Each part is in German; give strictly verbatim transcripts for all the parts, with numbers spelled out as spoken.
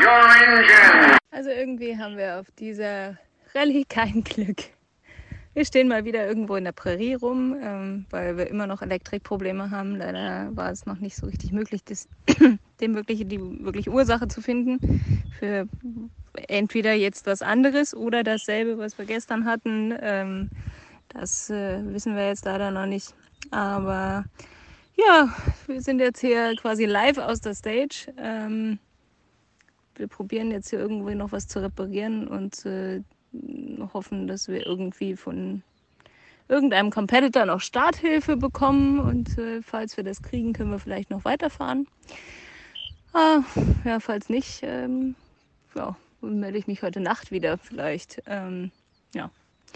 your engine! Also irgendwie haben wir auf dieser Rallye kein Glück. Wir stehen mal wieder irgendwo in der Prärie rum, ähm, weil wir immer noch Elektrikprobleme haben. Leider war es noch nicht so richtig möglich, das, dem wirklich, die wirkliche Ursache zu finden für entweder jetzt was anderes oder dasselbe, was wir gestern hatten. Ähm, das äh, wissen wir jetzt leider noch nicht. Aber ja, wir sind jetzt hier quasi live aus der Stage. Ähm, wir probieren jetzt hier irgendwie noch was zu reparieren und äh, hoffen, dass wir irgendwie von irgendeinem Competitor noch Starthilfe bekommen. Und äh, falls wir das kriegen, können wir vielleicht noch weiterfahren. Ah, ja, falls nicht, ähm, ja, melde ich mich heute Nacht wieder vielleicht. Ähm, ja.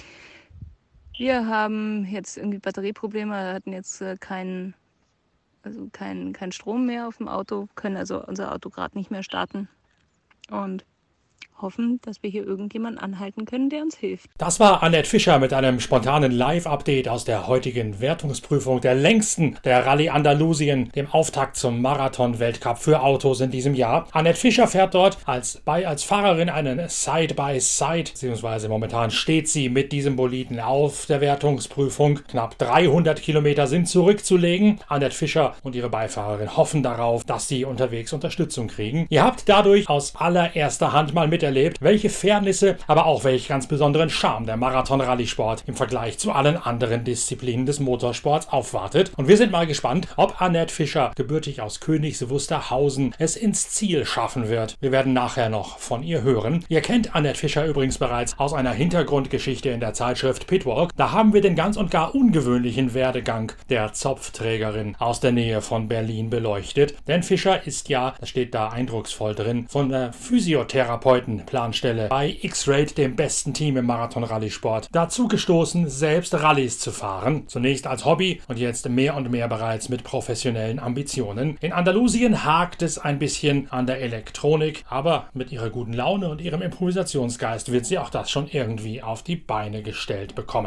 Wir haben jetzt irgendwie Batterieprobleme, wir hatten jetzt äh, keinen also kein, kein Strom mehr auf dem Auto, können also unser Auto gerade nicht mehr starten und hoffen, dass wir hier irgendjemanden anhalten können, der uns hilft. Das war Annette Fischer mit einem spontanen Live-Update aus der heutigen Wertungsprüfung der längsten der Rallye Andalusien, dem Auftakt zum Marathon-Weltcup für Autos in diesem Jahr. Annette Fischer fährt dort als, bei, als Fahrerin einen Side-by-Side, beziehungsweise momentan steht sie mit diesem Boliden auf der Wertungsprüfung. Knapp dreihundert Kilometer sind zurückzulegen. Annette Fischer und ihre Beifahrerin hoffen darauf, dass sie unterwegs Unterstützung kriegen. Ihr habt dadurch aus allererster Hand mal miterlebt, welche Fairnisse, aber auch welch ganz besonderen Charme der Marathon-Rallye-Sport im Vergleich zu allen anderen Disziplinen des Motorsports aufwartet. Und wir sind mal gespannt, ob Annette Fischer, gebürtig aus Königs Wusterhausen, es ins Ziel schaffen wird. Wir werden nachher noch von ihr hören. Ihr kennt Annette Fischer übrigens bereits aus einer Hintergrundgeschichte in der Zeitschrift Pitwalk. Da haben wir den ganz und gar ungewöhnlichen Werdegang der Zopfträgerin aus der Nähe von Berlin beleuchtet. Denn Fischer ist ja, das steht da eindrucksvoll drin, von der Physiotherapeuten Planstelle bei X-Rate, dem besten Team im Marathon-Rallye-Sport, dazu gestoßen, selbst Rallyes zu fahren. Zunächst als Hobby und jetzt mehr und mehr bereits mit professionellen Ambitionen. In Andalusien hakt es ein bisschen an der Elektronik, aber mit ihrer guten Laune und ihrem Improvisationsgeist wird sie auch das schon irgendwie auf die Beine gestellt bekommen.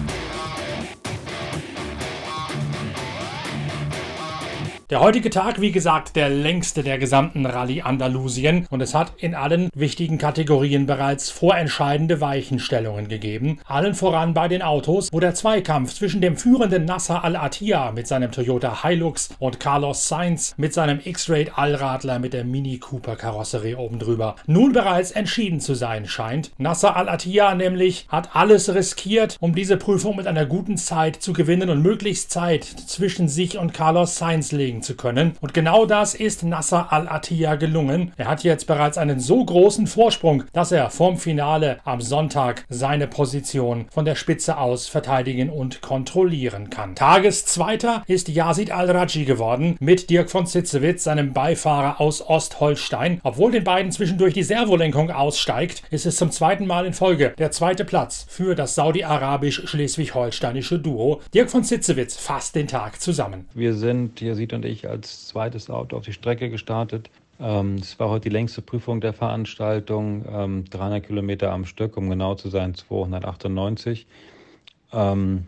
Der heutige Tag, wie gesagt, der längste der gesamten Rallye Andalusien und es hat in allen wichtigen Kategorien bereits vorentscheidende Weichenstellungen gegeben. Allen voran bei den Autos, wo der Zweikampf zwischen dem führenden Nasser Al-Attiyah mit seinem Toyota Hilux und Carlos Sainz mit seinem X-Rate Allradler mit der Mini Cooper Karosserie oben drüber nun bereits entschieden zu sein scheint. Nasser Al-Attiyah nämlich hat alles riskiert, um diese Prüfung mit einer guten Zeit zu gewinnen und möglichst Zeit zwischen sich und Carlos Sainz legen zu können. Und genau das ist Nasser Al-Attiyah gelungen. Er hat jetzt bereits einen so großen Vorsprung, dass er vorm Finale am Sonntag seine Position von der Spitze aus verteidigen und kontrollieren kann. Tageszweiter ist Yazid Al-Rajhi geworden mit Dirk von Zitzewitz, seinem Beifahrer aus Ostholstein. Obwohl den beiden zwischendurch die Servolenkung aussteigt, ist es zum zweiten Mal in Folge der zweite Platz für das saudi-arabisch-schleswig-holsteinische Duo. Dirk von Zitzewitz fasst den Tag zusammen. Wir sind, Yazid und ich, als zweites Auto auf die Strecke gestartet. Ähm, es war heute die längste Prüfung der Veranstaltung, ähm, dreihundert Kilometer am Stück, um genau zu sein zweihundertachtundneunzig. Ähm,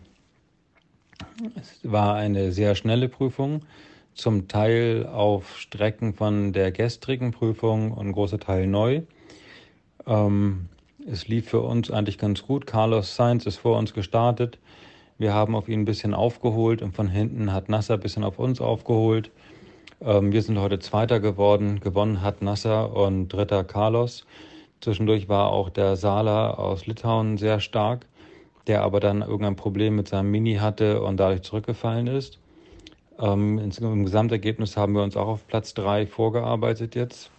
es war eine sehr schnelle Prüfung, zum Teil auf Strecken von der gestrigen Prüfung und ein großer Teil neu. Ähm, es lief für uns eigentlich ganz gut. Carlos Sainz ist vor uns gestartet. Wir haben auf ihn ein bisschen aufgeholt und von hinten hat Nasser ein bisschen auf uns aufgeholt. Ähm, wir sind heute Zweiter geworden. Gewonnen hat Nasser und Dritter Carlos. Zwischendurch war auch der Sala aus Litauen sehr stark, der aber dann irgendein Problem mit seinem Mini hatte und dadurch zurückgefallen ist. Ähm, Im Gesamtergebnis haben wir uns auch auf Platz drei vorgearbeitet jetzt.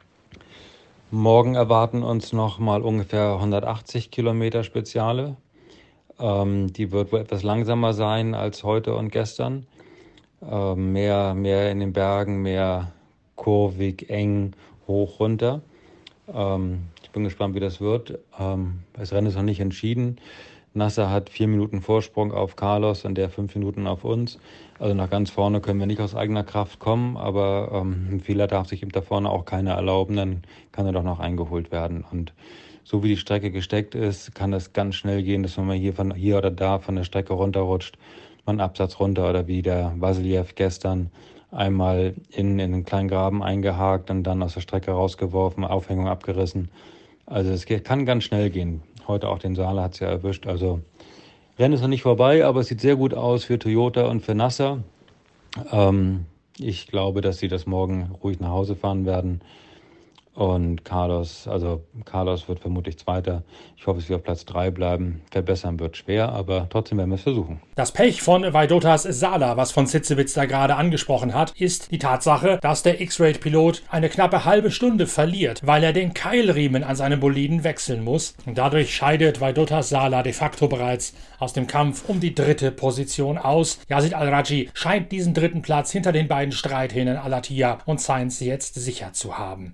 Morgen erwarten uns noch mal ungefähr hundertachtzig Kilometer Speziale. Ähm, die wird wohl etwas langsamer sein als heute und gestern. Ähm, mehr, mehr in den Bergen, mehr kurvig, eng, hoch, runter. Ähm, ich bin gespannt, wie das wird. Ähm, das Rennen ist noch nicht entschieden. Nasser hat vier Minuten Vorsprung auf Carlos und der fünf Minuten auf uns. Also nach ganz vorne können wir nicht aus eigener Kraft kommen, aber ähm, ein Fehler darf sich eben da vorne auch keiner erlauben, dann kann er doch noch eingeholt werden. Und so wie die Strecke gesteckt ist, kann das ganz schnell gehen, dass man mal hier, von, hier oder da von der Strecke runterrutscht, mal einen Absatz runter oder wie der Vasiljev gestern. einmal in, in einen kleinen Graben eingehakt und dann aus der Strecke rausgeworfen, Aufhängung abgerissen. Also es kann ganz schnell gehen. Heute auch den Saale hat es ja erwischt. Also Rennen ist noch nicht vorbei, aber es sieht sehr gut aus für Toyota und für Nasser. Ähm, ich glaube, dass sie das morgen ruhig nach Hause fahren werden. Und Carlos, also Carlos wird vermutlich Zweiter. Ich hoffe, dass wir auf Platz drei bleiben. Verbessern wird schwer, aber trotzdem werden wir es versuchen. Das Pech von Vaidotas Sala, was von Zitzewitz da gerade angesprochen hat, ist die Tatsache, dass der X-Raid-Pilot eine knappe halbe Stunde verliert, weil er den Keilriemen an seinem Boliden wechseln muss. Und dadurch scheidet Vaidotas Sala de facto bereits aus dem Kampf um die dritte Position aus. Yazid Al-Rajhi scheint diesen dritten Platz hinter den beiden Streithähnen Al-Attiyah und Sainz jetzt sicher zu haben.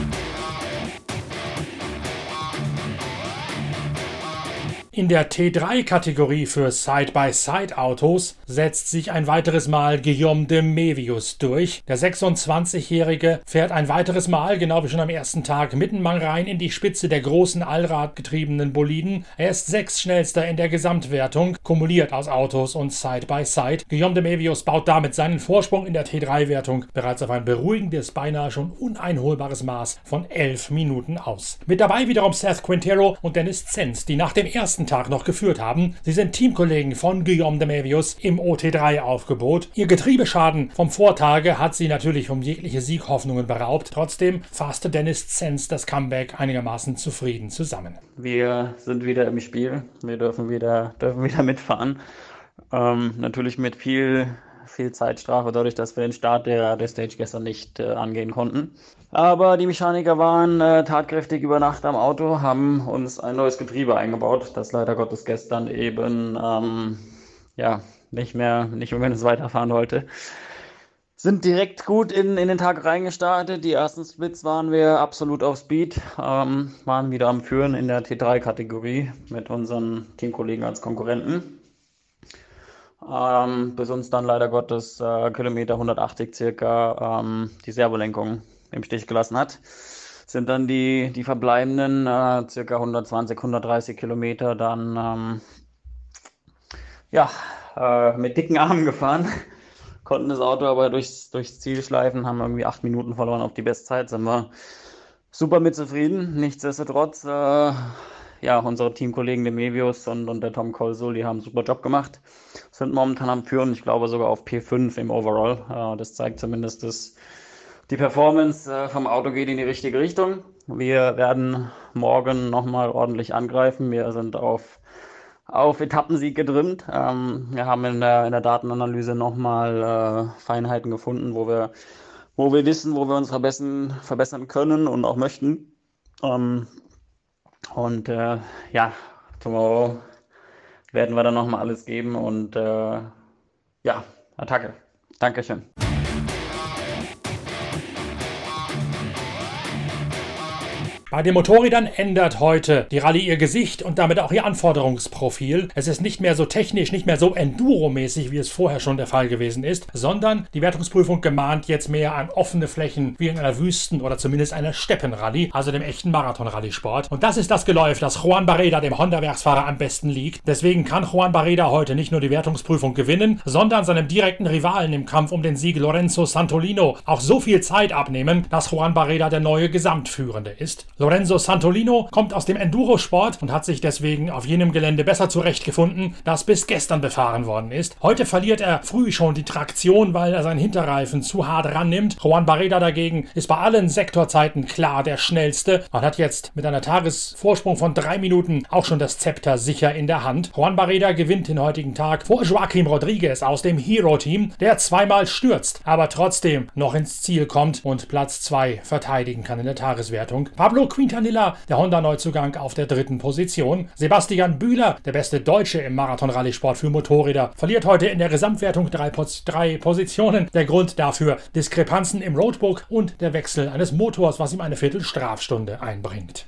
In der T drei Kategorie für Side-by-Side-Autos setzt sich ein weiteres Mal Guillaume de Mévius durch. Der sechsundzwanzigjährige fährt ein weiteres Mal, genau wie schon am ersten Tag, mitten rein in die Spitze der großen allradgetriebenen Boliden. Er ist sechstschnellster in der Gesamtwertung, kumuliert aus Autos und Side-by-Side. Guillaume de Mévius baut damit seinen Vorsprung in der T drei Wertung bereits auf ein beruhigendes, beinahe schon uneinholbares Maß von elf Minuten aus. Mit dabei wiederum Seth Quintero und Dennis Zenz, die nach dem ersten Tag noch geführt haben. Sie sind Teamkollegen von Guillaume de Mévius im O T drei Aufgebot. Ihr Getriebeschaden vom Vortage hat sie natürlich um jegliche Sieghoffnungen beraubt. Trotzdem fasste Dennis Zenz das Comeback einigermaßen zufrieden zusammen. Wir sind wieder im Spiel. Wir dürfen wieder, dürfen wieder mitfahren. Ähm, natürlich mit viel, viel Zeitstrafe, dadurch, dass wir den Start der, der Stage gestern nicht äh, angehen konnten. Aber die Mechaniker waren äh, tatkräftig über Nacht am Auto, haben uns ein neues Getriebe eingebaut, das leider Gottes gestern eben ähm, ja, nicht mehr, nicht mehr, wenn es weiterfahren wollte. Sind direkt gut in, in den Tag reingestartet. Die ersten Splits waren wir absolut auf Speed, ähm, waren wieder am Führen in der T drei Kategorie mit unseren Teamkollegen als Konkurrenten. Ähm, bis uns dann leider Gottes äh, Kilometer hundertachtzig circa ähm, die Servolenkung im Stich gelassen hat, sind dann die, die verbleibenden äh, circa hundertzwanzig, hundertdreißig Kilometer dann ähm, ja, äh, mit dicken Armen gefahren, konnten das Auto aber durchs, durchs Ziel schleifen, haben irgendwie acht Minuten verloren auf die Bestzeit, sind wir super mit zufrieden. Nichtsdestotrotz, äh, ja, unsere Teamkollegen, der Mévius und, und der Tom Colsul, die haben einen super Job gemacht, sind momentan am Führen, ich glaube sogar auf P fünf im Overall. Äh, das zeigt zumindest, dass die Performance äh, vom Auto geht in die richtige Richtung. Wir werden morgen nochmal ordentlich angreifen. Wir sind auf, auf Etappensieg getrimmt. Ähm, wir haben in der, in der Datenanalyse nochmal äh, Feinheiten gefunden, wo wir, wo wir wissen, wo wir uns verbessern, verbessern können und auch möchten. Ähm, und äh, ja, tomorrow werden wir dann nochmal alles geben und äh, ja, Attacke. Dankeschön. Bei den Motorrädern ändert heute die Rallye ihr Gesicht und damit auch ihr Anforderungsprofil. Es ist nicht mehr so technisch, nicht mehr so Enduro-mäßig, wie es vorher schon der Fall gewesen ist, sondern die Wertungsprüfung gemahnt jetzt mehr an offene Flächen wie in einer Wüsten- oder zumindest einer Steppenrallye, also dem echten Marathon-Rallye-Sport. Und das ist das Geläuf, das Juan Barreda, dem Honda-Werksfahrer, am besten liegt. Deswegen kann Juan Barreda heute nicht nur die Wertungsprüfung gewinnen, sondern seinem direkten Rivalen im Kampf um den Sieg Lorenzo Santolino auch so viel Zeit abnehmen, dass Juan Barreda der neue Gesamtführende ist. Lorenzo Santolino kommt aus dem Enduro-Sport und hat sich deswegen auf jenem Gelände besser zurechtgefunden, das bis gestern befahren worden ist. Heute verliert er früh schon die Traktion, weil er seinen Hinterreifen zu hart rannimmt. Juan Barreda dagegen ist bei allen Sektorzeiten klar der schnellste und hat jetzt mit einer Tagesvorsprung von drei Minuten auch schon das Zepter sicher in der Hand. Juan Barreda gewinnt den heutigen Tag vor Joaquim Rodriguez aus dem Hero-Team, der zweimal stürzt, aber trotzdem noch ins Ziel kommt und Platz zwei verteidigen kann in der Tageswertung. Pablo Quintanilla, der Honda-Neuzugang, auf der dritten Position. Sebastian Bühler, der beste Deutsche im Marathon-Rallye-Sport für Motorräder, verliert heute in der Gesamtwertung drei, Pos- drei Positionen. Der Grund dafür Diskrepanzen im Roadbook und der Wechsel eines Motors, was ihm eine Viertelstrafstunde einbringt.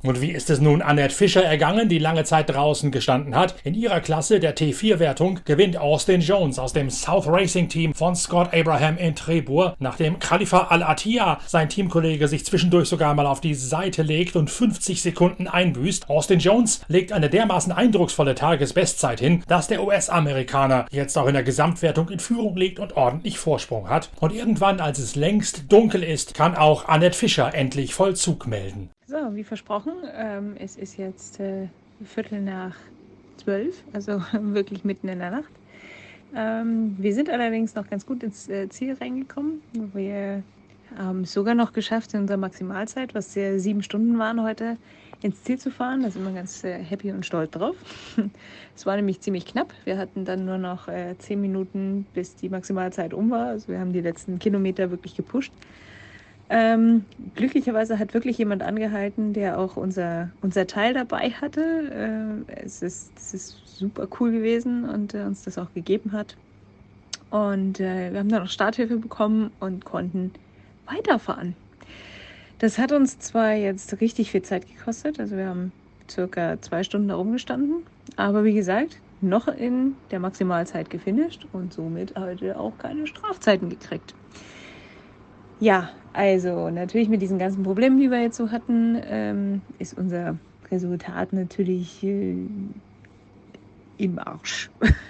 Und wie ist es nun Annette Fischer ergangen, die lange Zeit draußen gestanden hat? In ihrer Klasse der T vier Wertung gewinnt Austin Jones aus dem South Racing Team von Scott Abraham in Trebour, nachdem Khalifa Al-Attiyah, sein Teamkollege, sich zwischendurch sogar mal auf die Seite legt und fünfzig Sekunden einbüßt. Austin Jones legt eine dermaßen eindrucksvolle Tagesbestzeit hin, dass der U S-Amerikaner jetzt auch in der Gesamtwertung in Führung liegt und ordentlich Vorsprung hat. Und irgendwann, als es längst dunkel ist, kann auch Annette Fischer endlich Vollzug melden. So, wie versprochen, ähm, es ist jetzt äh, Viertel nach zwölf, also wirklich mitten in der Nacht. Ähm, wir sind allerdings noch ganz gut ins äh, Ziel reingekommen. Wir haben es sogar noch geschafft, in unserer Maximalzeit, was ja sieben Stunden waren heute, ins Ziel zu fahren. Da sind wir ganz äh, happy und stolz drauf. Es war nämlich ziemlich knapp. Wir hatten dann nur noch äh, zehn Minuten, bis die Maximalzeit um war. Also wir haben die letzten Kilometer wirklich gepusht. Ähm, glücklicherweise hat wirklich jemand angehalten, der auch unser, unser Teil dabei hatte. Äh, es ist, es ist super cool gewesen und äh, uns das auch gegeben hat. Und äh, wir haben dann auch Starthilfe bekommen und konnten weiterfahren. Das hat uns zwar jetzt richtig viel Zeit gekostet, also wir haben circa zwei Stunden da rumgestanden, aber wie gesagt, noch in der Maximalzeit gefinisht und somit heute auch keine Strafzeiten gekriegt. Ja, also natürlich mit diesen ganzen Problemen, die wir jetzt so hatten, ähm, ist unser Resultat natürlich äh, im Arsch.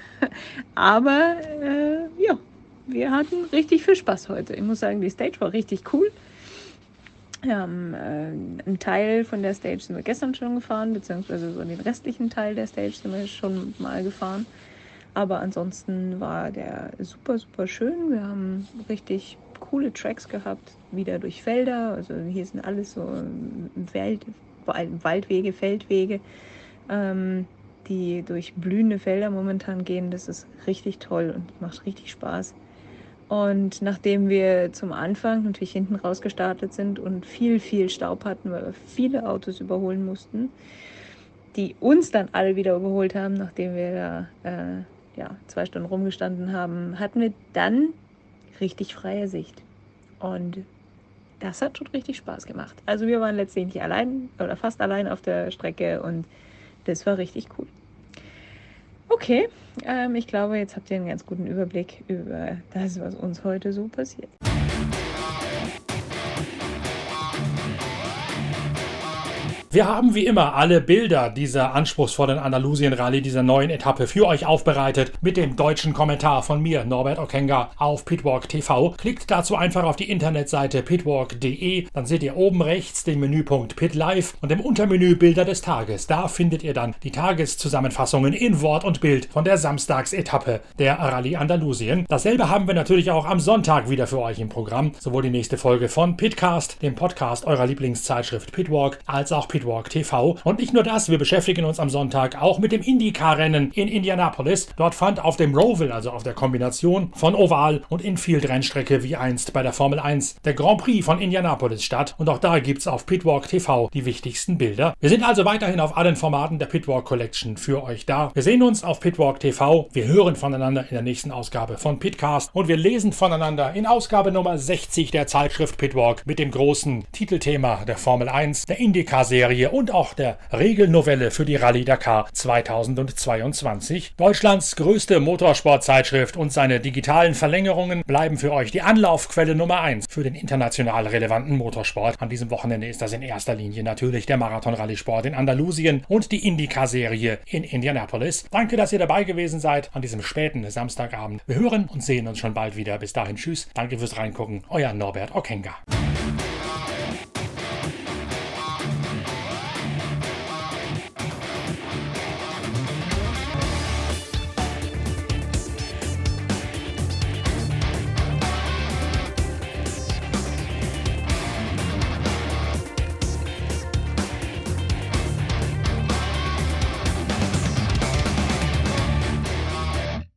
Aber äh, ja, wir hatten richtig viel Spaß heute. Ich muss sagen, die Stage war richtig cool. Wir haben äh, einen Teil von der Stage sind wir gestern schon gefahren, beziehungsweise so den restlichen Teil der Stage sind wir schon mal gefahren. Aber ansonsten war der super, super schön. Wir haben richtig coole Tracks gehabt, wieder durch Felder. Also hier sind alles so Wald, Waldwege, Feldwege, ähm, die durch blühende Felder momentan gehen. Das ist richtig toll und macht richtig Spaß. Und nachdem wir zum Anfang natürlich hinten raus gestartet sind und viel, viel Staub hatten, weil wir viele Autos überholen mussten, die uns dann alle wieder überholt haben, nachdem wir da äh, ja, zwei Stunden rumgestanden haben, hatten wir dann richtig freie Sicht. Und das hat schon richtig Spaß gemacht. Also wir waren letztendlich allein oder fast allein auf der Strecke und das war richtig cool. Okay, ähm, ich glaube, jetzt habt ihr einen ganz guten Überblick über das, was uns heute so passiert. Wir haben wie immer alle Bilder dieser anspruchsvollen Andalusien-Rallye, dieser neuen Etappe für euch aufbereitet mit dem deutschen Kommentar von mir, Norbert Okenga, auf Pitwalk T V. Klickt dazu einfach auf die Internetseite pitwalk punkt de, dann seht ihr oben rechts den Menüpunkt Pit Live und im Untermenü Bilder des Tages. Da findet ihr dann die Tageszusammenfassungen in Wort und Bild von der Samstagsetappe der Rallye Andalusien. Dasselbe haben wir natürlich auch am Sonntag wieder für euch im Programm. Sowohl die nächste Folge von Pitcast, dem Podcast eurer Lieblingszeitschrift Pitwalk, als auch Pitwalk T V. Und nicht nur das, wir beschäftigen uns am Sonntag auch mit dem IndyCar-Rennen in Indianapolis. Dort fand auf dem Roval, also auf der Kombination von Oval- und Infield-Rennstrecke wie einst bei der Formel eins, der Grand Prix von Indianapolis statt. Und auch da gibt's auf Pitwalk T V die wichtigsten Bilder. Wir sind also weiterhin auf allen Formaten der Pitwalk Collection für euch da. Wir sehen uns auf Pitwalk T V, wir hören voneinander in der nächsten Ausgabe von Pitcast und wir lesen voneinander in Ausgabe Nummer sechzig der Zeitschrift Pitwalk mit dem großen Titelthema der Formel eins, der IndyCar-Serie und auch der Regelnovelle für die Rallye Dakar zweitausendzweiundzwanzig. Deutschlands größte Motorsportzeitschrift und seine digitalen Verlängerungen bleiben für euch die Anlaufquelle Nummer eins für den international relevanten Motorsport. An diesem Wochenende ist das in erster Linie natürlich der Marathon-Rallye-Sport in Andalusien und die IndyCar-Serie in Indianapolis. Danke, dass ihr dabei gewesen seid an diesem späten Samstagabend. Wir hören und sehen uns schon bald wieder. Bis dahin, tschüss. Danke fürs Reingucken. Euer Norbert Okenga.